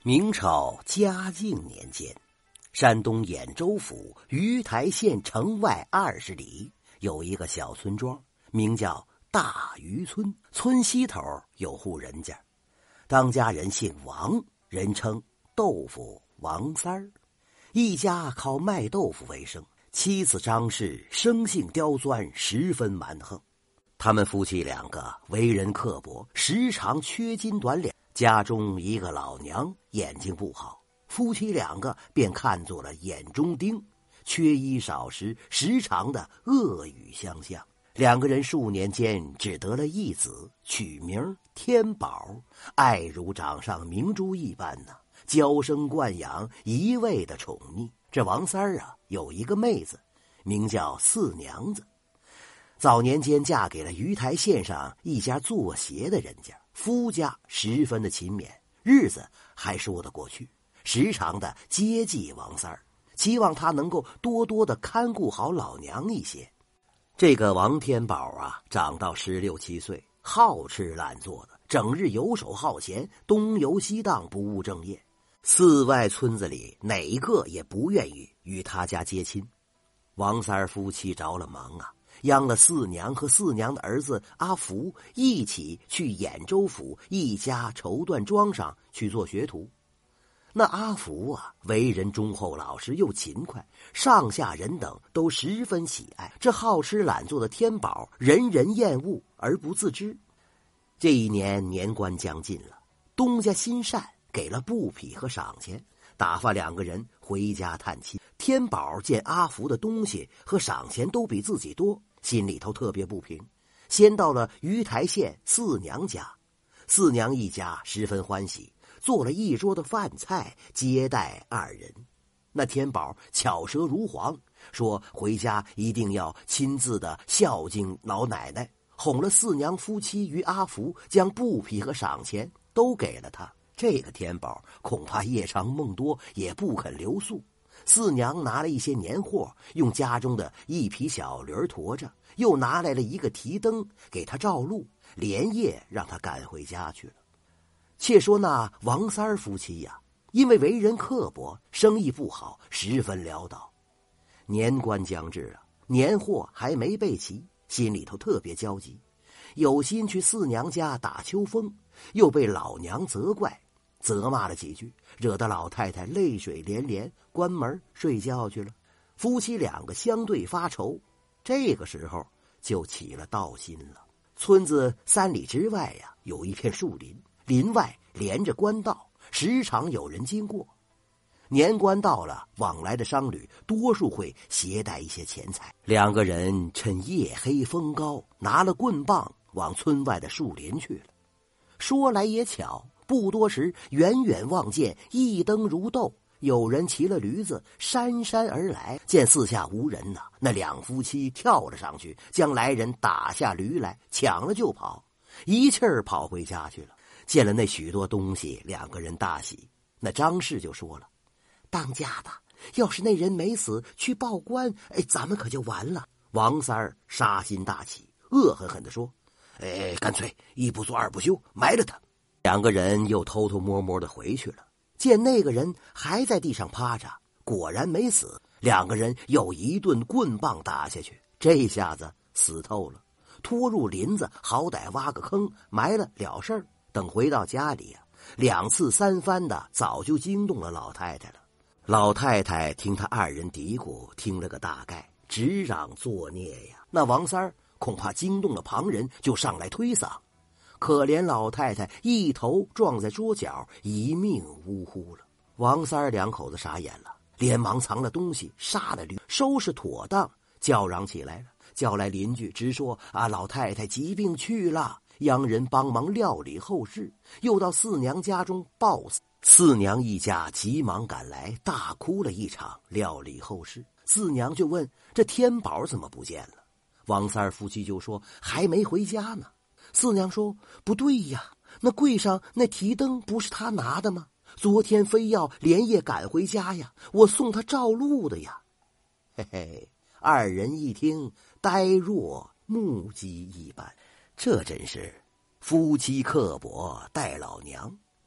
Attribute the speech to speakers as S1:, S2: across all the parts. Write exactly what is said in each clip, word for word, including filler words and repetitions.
S1: 明朝嘉靖年间，山东兖州府鱼台县城外二十里有一个小村庄，名叫大鱼村。村西头有户人家，当家人姓王，人称豆腐王三儿，一家靠卖豆腐为生。妻子张氏生性刁钻，十分蛮横。他们夫妻两个为人刻薄，时常缺斤短两。家中一个老娘眼睛不好，夫妻两个便看作了眼中钉，缺衣少食，时常的恶语相向。两个人数年间只得了一子，取名天宝，爱如掌上明珠一般呢，娇生惯养，一味的宠溺。这王三儿啊，有一个妹子，名叫四娘子。早年间嫁给了鱼台县上一家做鞋的人家，夫家十分的勤勉，日子还说得过去，时常的接济王三儿，期望他能够多多的看顾好老娘一些。这个王天宝啊，长到十六七岁，好吃懒做的，整日游手好闲，东游西荡，不务正业。四外村子里哪一个也不愿意与他家接亲。王三儿夫妻着了忙啊，央了四娘和四娘的儿子阿福一起去兖州府一家绸缎庄上去做学徒。那阿福啊，为人忠厚老实又勤快，上下人等都十分喜爱。这好吃懒做的天宝，人人厌恶而不自知。这一年年关将近了，东家心善，给了布匹和赏钱，打发两个人回家探亲。天宝见阿福的东西和赏钱都比自己多，心里头特别不平，先到了鱼台县四娘家。四娘一家十分欢喜，做了一桌的饭菜接待二人。那天宝巧舌如簧，说回家一定要亲自的孝敬老奶奶，哄了四娘夫妻与阿福，将布匹和赏钱都给了他。这个天宝恐怕夜长梦多，也不肯留宿。四娘拿了一些年货，用家中的一匹小驴驮着，又拿来了一个提灯给他照路，连夜让他赶回家去了。且说那王三儿夫妻呀、啊，因为为人刻薄，生意不好，十分潦倒。年关将至啊，年货还没备齐，心里头特别焦急，有心去四娘家打秋风，又被老娘责怪，责骂了几句，惹得老太太泪水连连，关门睡觉去了。夫妻两个相对发愁，这个时候就起了盗心了。村子三里之外呀、啊，有一片树林，林外连着官道，时常有人经过。年关到了，往来的商旅多数会携带一些钱财。两个人趁夜黑风高，拿了棍棒往村外的树林去了。说来也巧，不多时，远远望见一灯如豆，有人骑了驴子姗姗而来。见四下无人呢，那两夫妻跳了上去，将来人打下驴来，抢了就跑，一气儿跑回家去了。见了那许多东西，两个人大喜。那张氏就说了：“当家的，要是那人没死，去报官，哎，咱们可就完了。”王三儿杀心大起，恶狠狠地说：“哎，干脆一不做二不休，埋了他。”两个人又偷偷摸摸的回去了，见那个人还在地上趴着，果然没死。两个人又一顿棍棒打下去，这下子死透了，拖入林子，好歹挖个坑埋了了事儿。等回到家里啊，两次三番的早就惊动了老太太了。老太太听他二人嘀咕，听了个大概，直嚷作孽呀。那王三儿恐怕惊动了旁人，就上来推搡。可怜老太太一头撞在桌角，一命呜呼了。王三儿两口子傻眼了，连忙藏了东西，杀了驴，收拾妥当，叫嚷起来了，叫来邻居，直说啊，老太太疾病去了，央人帮忙料理后事，又到四娘家中暴死。四娘一家急忙赶来，大哭了一场，料理后事。四娘就问这天宝怎么不见了？王三儿夫妻就说还没回家呢。四娘说不对呀，那柜上那提灯不是他拿的吗？昨天非要连夜赶回家呀，我送他照路的呀。嘿嘿，二人一听，呆若木鸡一般。这真是夫妻刻薄待老娘，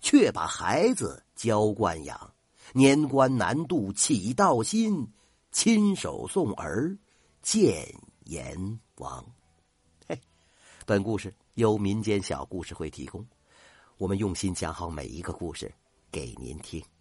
S1: 却把孩子娇惯养，年关难渡起盗心，亲手送儿见阎王。嘿，本故事由民间小故事会提供，我们用心讲好每一个故事给您听。